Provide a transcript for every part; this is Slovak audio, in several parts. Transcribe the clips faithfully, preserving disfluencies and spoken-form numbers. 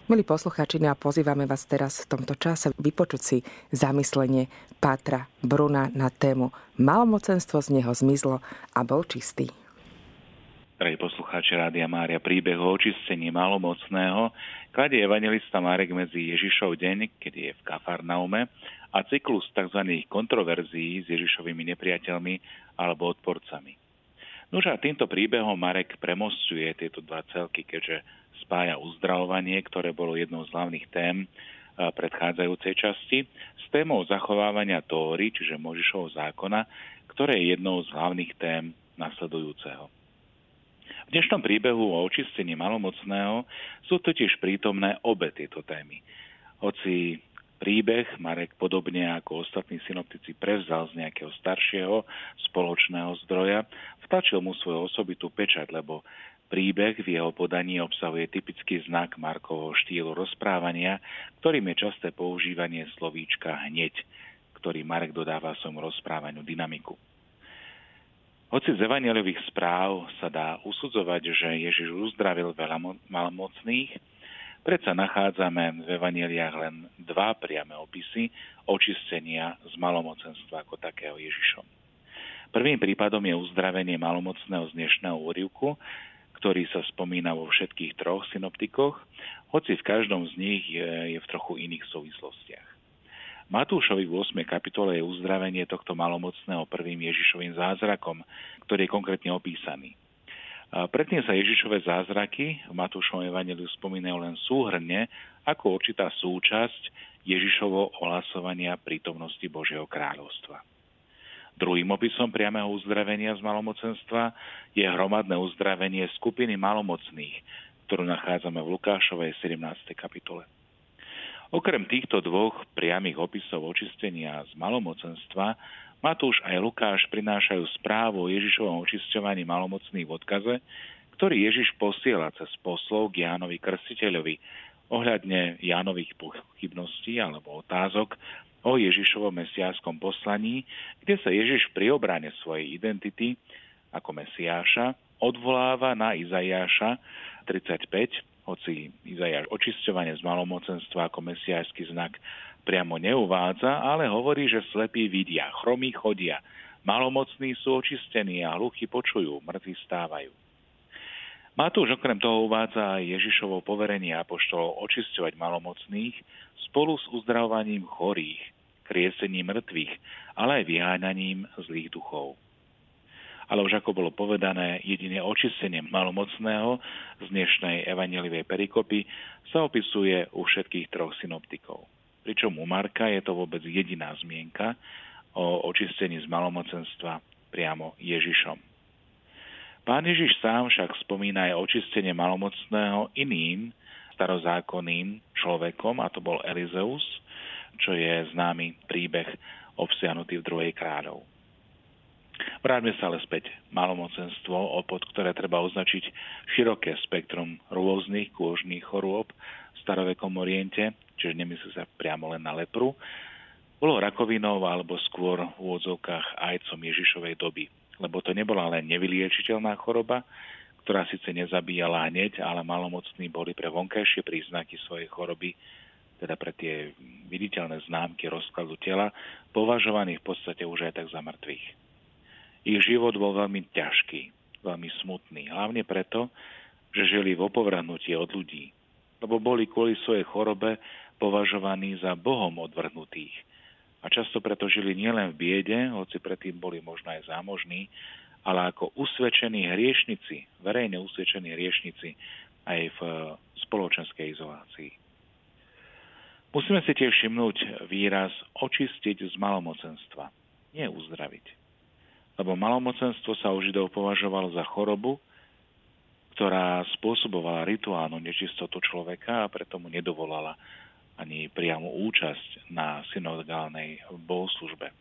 Milí poslucháči, no a pozývame vás teraz v tomto čase vypočuť si zamyslenie Pátra Bruna na tému Malomocenstvo z neho zmizlo a bol čistý. Drahí poslucháči Rádia Mária, príbeh o očistení malomocného kladie evanjelista Marek medzi Ježišov deň, kedy je v Kafarnaume, a cyklus tzv. Kontroverzií s Ježišovými nepriateľmi alebo odporcami. Nuž a týmto príbehom Marek premosťuje tieto dva celky, keďže spája uzdravovanie, ktoré bolo jednou z hlavných tém predchádzajúcej časti, s témou zachovávania Tóry, čiže Mojžišovho zákona, ktoré je jednou z hlavných tém nasledujúceho. V dnešnom príbehu o očistení malomocného sú totiž prítomné obe tieto témy. Hoci príbeh Marek podobne ako ostatní synoptici prevzal z nejakého staršieho spoločného zdroja, vtlačil mu svoju osobitú pečať, lebo príbeh v jeho podaní obsahuje typický znak Markovho štýlu rozprávania, ktorým je časté používanie slovíčka hneď, ktorý Marek dodáva svojmu rozprávaniu dynamiku. Hoci z evanjeliových správ sa dá usudzovať, že Ježiš uzdravil veľa malomocných, predsa nachádzame v evanjeliách len dva priame opisy očistenia z malomocenstva ako takého Ježišom. Prvým prípadom je uzdravenie malomocného z dnešného úryvku, ktorý sa spomína vo všetkých troch synoptikoch, hoci v každom z nich je, je v trochu iných súvislostiach. Matúšovi v ôsmej kapitole je uzdravenie tohto malomocného prvým Ježišovým zázrakom, ktorý je konkrétne opísaný. A predtým sa Ježišove zázraky v Matúšovom evanjeliu spomínajú len súhrne ako určitá súčasť Ježišovo ohlasovania prítomnosti Božieho kráľovstva. Druhým opisom priameho uzdravenia z malomocenstva je hromadné uzdravenie skupiny malomocných, ktorú nachádzame v Lukášovej sedemnástej kapitole. Okrem týchto dvoch priamych opisov očistenia z malomocenstva, Matúš aj Lukáš prinášajú správu o Ježišovom očisťovaní malomocných v odkaze, ktorý Ježiš posiela cez poslov k Jánovi Krstiteľovi ohľadne Jánových pochybností alebo otázok o Ježišovom mesiánskom poslaní, kde sa Ježiš pri obrane svojej identity ako Mesiáša odvoláva na Izaiáša tridsaťpäť, hoci Izaiáš očisťovanie z malomocenstva ako mesiášsky znak priamo neuvádza, ale hovorí, že slepí vidia, chromí chodia, malomocní sú očistení a hluchí počujú, mŕtvi stávajú. Matúš okrem toho uvádza aj Ježišovo poverenie apoštolov očisťovať malomocných spolu s uzdravovaním chorých, kriesením mŕtvych, ale aj vyháňaním zlých duchov. Ale už ako bolo povedané, jedine očistenie malomocného z dnešnej evanjeliovej perikopy sa opisuje u všetkých troch synoptikov. Pričom u Marka je to vôbec jediná zmienka o očistení z malomocenstva priamo Ježišom. Pán Ježiš sám však spomína aj očistenie malomocného iným starozákonným človekom, a to bol Elizeus, čo je známy príbeh obsiahnutý v druhej kráľov. Vráťme sa ale späť. Malomocenstvo, pod ktoré treba označiť široké spektrum rôznych kôžnych chorôb v starovekom Oriente, čiže nemyslí sa priamo len na lepru, bolo rakovinou alebo skôr v úvodzovkách ajcom Ježišovej doby, lebo to nebola len nevyliečiteľná choroba, ktorá síce nezabíjala hneď, ale malomocní boli pre vonkajšie príznaky svojej choroby, teda pre tie viditeľné známky rozkladu tela, považovaní v podstate už aj tak za mŕtvych. Ich život bol veľmi ťažký, veľmi smutný, hlavne preto, že žili v opovrhnutí od ľudí, lebo boli kvôli svojej chorobe považovaní za Bohom odvrhnutých. A často preto žili nielen v biede, hoci predtým boli možno aj zámožní, ale ako usvedčení hriešnici, verejne usvedčení hriešnici aj v spoločenskej izolácii. Musíme si tiež všimnúť výraz očistiť z malomocenstva, nie uzdraviť. Lebo malomocenstvo sa u Židov považovalo za chorobu, ktorá spôsobovala rituálnu nečistotu človeka a preto mu nedovolala ani priamu účasť na synodálnej bohoslužbe.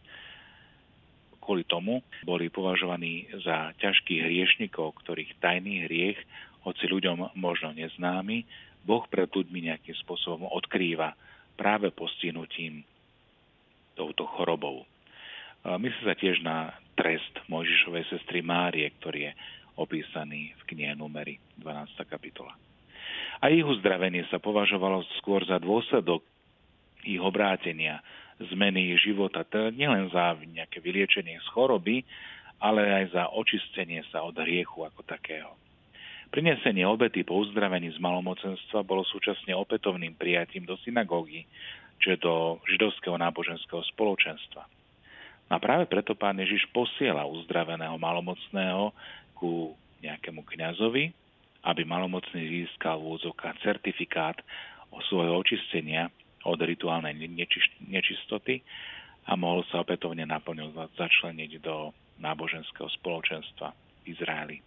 Kvôli tomu boli považovaní za ťažkých hriešnikov, ktorých tajný hriech, hoci ľuďom možno neznámy, Boh pred ľuďmi nejakým spôsobom odkrýva práve postihnutím touto chorobou. Myslí sa tiež na trest Mojžišovej sestry Márie, ktorý je opísaný v knihe Númery, dvanásta kapitola. A ich uzdravenie sa považovalo skôr za dôsledok ich obrátenia, zmeny ich života, teda nielen za nejaké vyliečenie z choroby, ale aj za očistenie sa od hriechu ako takého. Prinesenie obety po uzdravení z malomocenstva bolo súčasne opätovným prijatím do synagógy, čiže do židovského náboženského spoločenstva. A práve preto Pán Ježiš posiela uzdraveného malomocného ku nejakému kňazovi, aby malomocný získal v úvodzovkách certifikát o svojho očistenia od rituálnej nečistoty a mohol sa opätovne naplno začleniť do náboženského spoločenstva v Izraeli.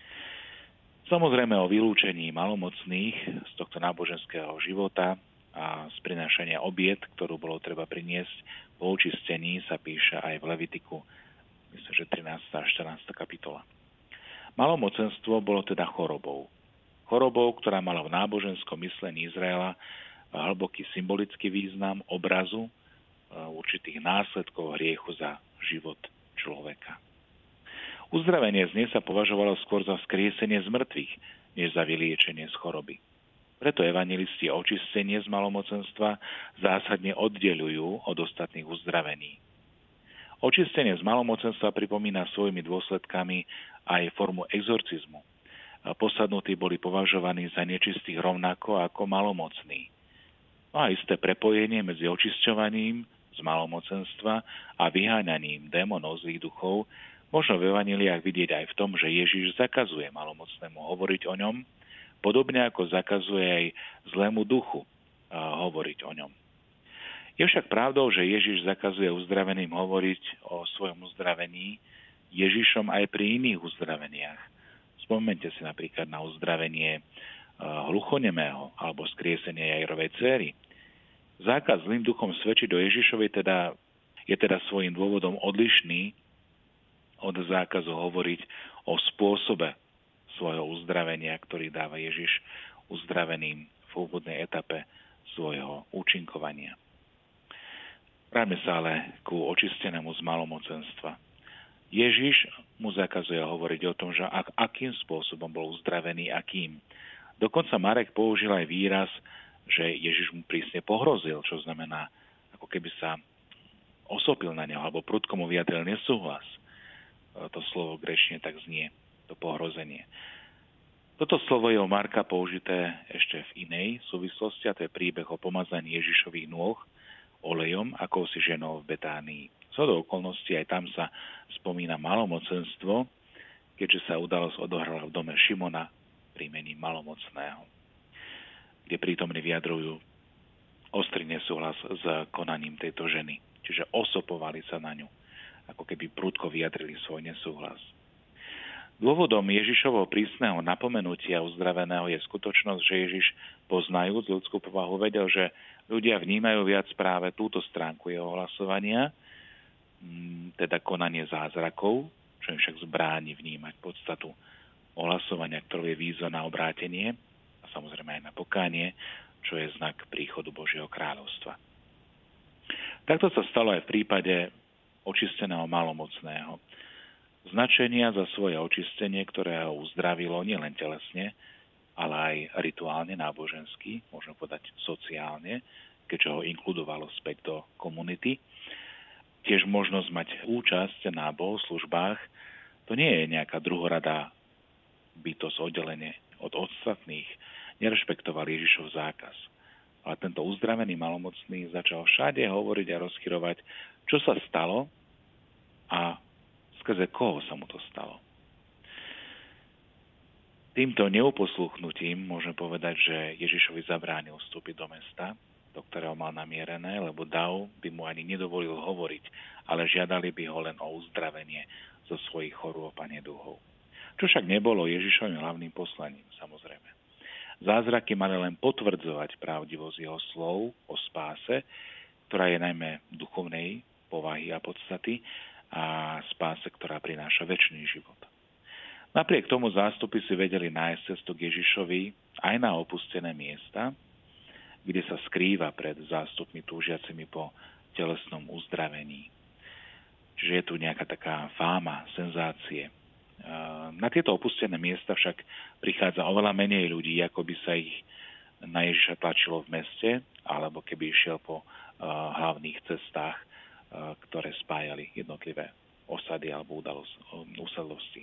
Samozrejme o vylúčení malomocných z tohto náboženského života a z prinášania obiet, ktorú bolo treba priniesť po očistení, sa píše aj v Levitiku, myslím, že trinásta a štrnásta kapitola. Malomocenstvo bolo teda chorobou. Chorobou, ktorá mala v náboženskom myslení Izraela hlboký symbolický význam obrazu určitých následkov hriechu za život človeka. Uzdravenie z nej sa považovalo skôr za vzkriesenie z mŕtvych, než za vyliečenie z choroby. Preto evanjelisti očistenie z malomocenstva zásadne oddeľujú od ostatných uzdravení. Očistenie z malomocenstva pripomína svojimi dôsledkami aj formu exorcizmu. Posadnutí boli považovaní za nečistých rovnako ako malomocní. No a isté prepojenie medzi očisťovaním z malomocenstva a vyháňaním démonov zlých duchov možno v evanjeliách vidieť aj v tom, že Ježiš zakazuje malomocnému hovoriť o ňom, podobne ako zakazuje aj zlému duchu hovoriť o ňom. Je však pravdou, že Ježiš zakazuje uzdraveným hovoriť o svojom uzdravení Ježišom aj pri iných uzdraveniach. Spomeňte si napríklad na uzdravenie hluchonemého alebo skriesenie Jairovej dcéry. Zákaz zlým duchom svedčiť o Ježišovi teda, je teda svojím dôvodom odlišný od zákazu hovoriť o spôsobe svojho uzdravenia, ktorý dáva Ježiš uzdraveným v úvodnej etape svojho účinkovania. Vráťme sa ale ku očistenému z malomocenstva. Ježiš mu zakazuje hovoriť o tom, že ak, akým spôsobom bol uzdravený, akým. Dokonca Marek použil aj výraz, že Ježiš mu prísne pohrozil, čo znamená, ako keby sa osopil na neho, alebo prudko mu vyjadril nesúhlas. To slovo gréčne tak znie, to pohrozenie. Toto slovo je u Marka použité ešte v inej súvislosti, a to je príbeh o pomazaní Ježišových nôh olejom, akousi ženou v Betánii. Zhodou okolností aj tam sa spomína malomocenstvo, keďže sa udalosť odohrala v dome Šimona príjmení malomocného, kde prítomní vyjadrujú ostrý nesúhlas s konaním tejto ženy. Čiže osopovali sa na ňu, ako keby prudko vyjadrili svoj nesúhlas. Dôvodom Ježišovho prísneho napomenutia uzdraveného je skutočnosť, že Ježiš, poznajúc ľudskú povahu, vedel, že ľudia vnímajú viac práve túto stránku jeho hlasovania, teda konanie zázrakov, čo im však zbráni vnímať podstatu ohlasovania, ktoré je výzva na obrátenie a samozrejme aj na pokánie, čo je znak príchodu Božieho kráľovstva. Takto sa stalo aj v prípade očisteného malomocného. Značenia za svoje očistenie, ktoré ho uzdravilo nielen telesne, ale aj rituálne, nábožensky, môžeme povedať sociálne, keďže ho inkludovalo späť do komunity. Tiež možnosť mať účasť na bohoslúžbách, to nie je nejaká druhoradá bytosť, oddelenie od ostatných. Nerešpektoval Ježišov zákaz. Ale tento uzdravený malomocný začal všade hovoriť a rozchyrovať, čo sa stalo a skrze koho sa mu to stalo. Týmto neuposluchnutím môžeme povedať, že Ježišovi zabránil vstúpiť do mesta, do ktorého mal namierené, lebo dav by mu ani nedovolil hovoriť, ale žiadali by ho len o uzdravenie zo svojich chorôb a neduhov. Čo však nebolo Ježišovým hlavným poslaním, samozrejme. Zázraky mali len potvrdzovať pravdivosť jeho slov o spáse, ktorá je najmä duchovnej povahy a podstaty, a spáse, ktorá prináša večný život. Napriek tomu zástupy si vedeli nájsť cestu k Ježišovi aj na opustené miesta, kde sa skrýva pred zástupmi túžiacimi po telesnom uzdravení. Čiže je tu nejaká taká fáma, senzácie Na tieto opustené miesta však prichádza oveľa menej ľudí, ako by sa ich na Ježiša tlačilo v meste, alebo keby išiel po hlavných cestách, ktoré spájali jednotlivé osady alebo usadlosti.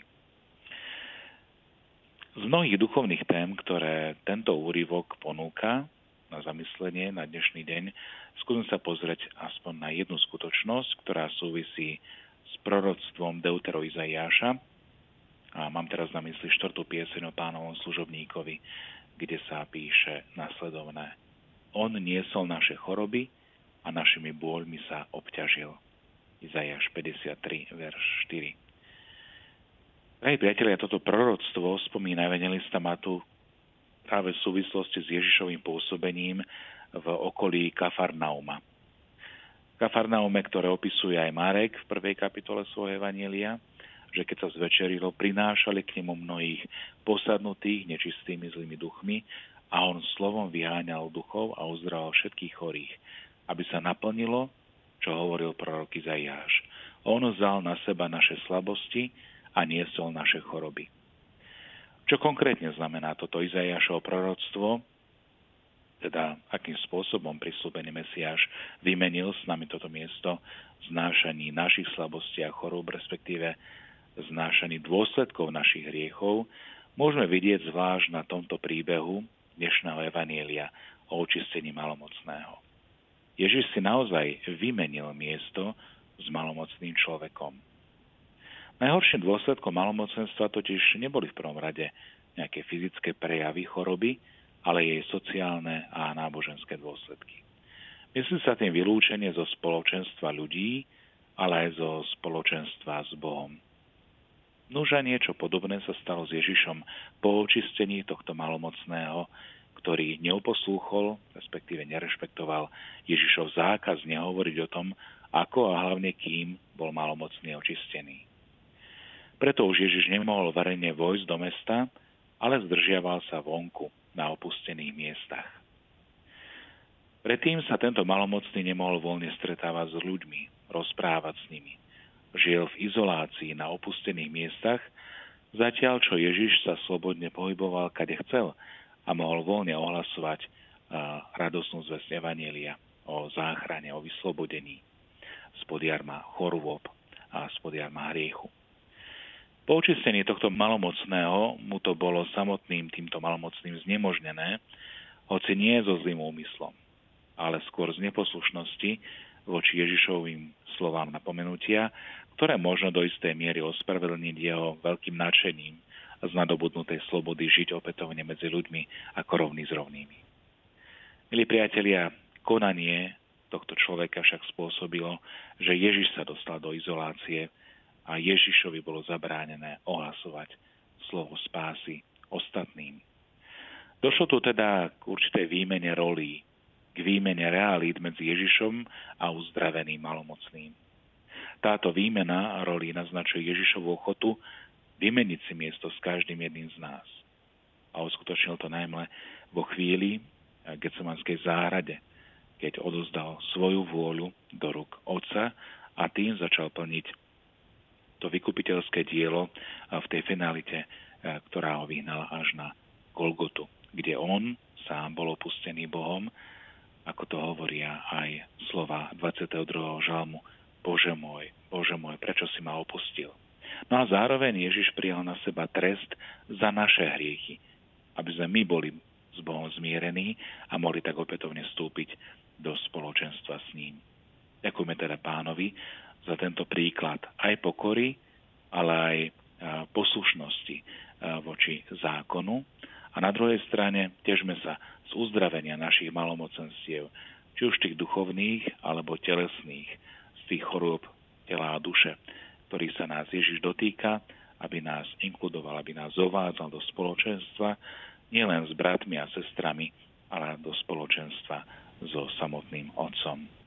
Z mnohých duchovných tém, ktoré tento úryvok ponúka na zamyslenie na dnešný deň, skúsim sa pozrieť aspoň na jednu skutočnosť, ktorá súvisí s proroctvom Deutero Izaiáša. A mám teraz na mysli štvrtú pieseň o Pánovom služobníkovi, kde sa píše nasledovné. On niesol naše choroby a našimi bôľmi sa obťažil. Izaiáš päťdesiattri, verš štyri. Drahí priatelia, toto proroctvo spomína evanjelista Matúš práve v súvislosti s Ježišovým pôsobením v okolí Kafarnauma. Kafarnaume, ktoré opisuje aj Marek v prvej kapitole svojho evanjelia, že keď sa zvečerilo, prinášali k nemu mnohých posadnutých nečistými zlými duchmi a on slovom vyháňal duchov a uzdravoval všetkých chorých, aby sa naplnilo, čo hovoril prorok Izaiáš. On vzal na seba naše slabosti a niesol naše choroby. Čo konkrétne znamená toto Izaiášovo proroctvo? Teda akým spôsobom prisľúbený Mesiáš vymenil s nami toto miesto znášaní našich slabostí a chorób, respektíve znášaní dôsledkov našich hriechov, môžeme vidieť zvlášť na tomto príbehu dnešného evanielia o očistení malomocného. Ježiš si naozaj vymenil miesto s malomocným človekom. Najhorším dôsledkom malomocenstva totiž neboli v prvom rade nejaké fyzické prejavy choroby, ale jej sociálne a náboženské dôsledky. Myslí sa tým vylúčenie zo spoločenstva ľudí, ale aj zo spoločenstva s Bohom. Nuža niečo podobné sa stalo s Ježišom po očistení tohto malomocného, ktorý neuposlúchol, respektíve nerešpektoval Ježišov zákaz nehovoriť o tom, ako a hlavne kým bol malomocný očistený. Preto už Ježiš nemohol verejne vojsť do mesta, ale zdržiaval sa vonku na opustených miestach. Predtým sa tento malomocný nemohol voľne stretávať s ľuďmi, rozprávať s nimi. Žil v izolácii na opustených miestach, zatiaľ čo Ježiš sa slobodne pohyboval, kade chcel a mohol voľne ohlasovať radosnú zvesť evanjelia o záchrane, o vyslobodení spod jarma chorôb a spod jarma hriechu. Po očistení tohto malomocného mu to bolo samotným týmto malomocným znemožnené, hoci nie so zlým úmyslom, ale skôr z neposlušnosti voči Ježišovým slovám napomenutia, ktoré možno do istej miery ospravedlniť jeho veľkým nadšením z nadobudnutej slobody žiť opätovne medzi ľuďmi ako rovný s rovnými. Milí priatelia, konanie tohto človeka však spôsobilo, že Ježiš sa dostal do izolácie a Ježišovi bolo zabránené ohlasovať slovo spásy ostatným. Došlo tu teda k určitej výmene rolí, k výmene realít medzi Ježišom a uzdraveným malomocným. Táto výmena rolí naznačuje Ježišovu ochotu vymeniť si miesto s každým jedným z nás. A uskutočnil to najmä vo chvíli v Getsemanskej záhrade, keď odozdal svoju vôľu do rúk Otca a tým začal plniť to vykupiteľské dielo v tej finálite, ktorá ho vyhnala až na Golgotu, kde on sám bol opustený Bohom, ako to hovoria aj slova dvadsiateho druhého žalmu. Bože môj, Bože môj, prečo si ma opustil? No a zároveň Ježiš prijal na seba trest za naše hriechy, aby sme my boli s Bohom zmierení a mohli tak opätovne vstúpiť do spoločenstva s ním. Ďakujeme teda Pánovi za tento príklad aj pokory, ale aj poslušnosti voči zákonu. A na druhej strane težme sa z uzdravenia našich malomocenstiev, či už tých duchovných alebo telesných, z tých chorôb tela a duše, ktorých sa nás Ježiš dotýka, aby nás inkludoval, aby nás zovádzal do spoločenstva, nielen s bratmi a sestrami, ale do spoločenstva so samotným Otcom.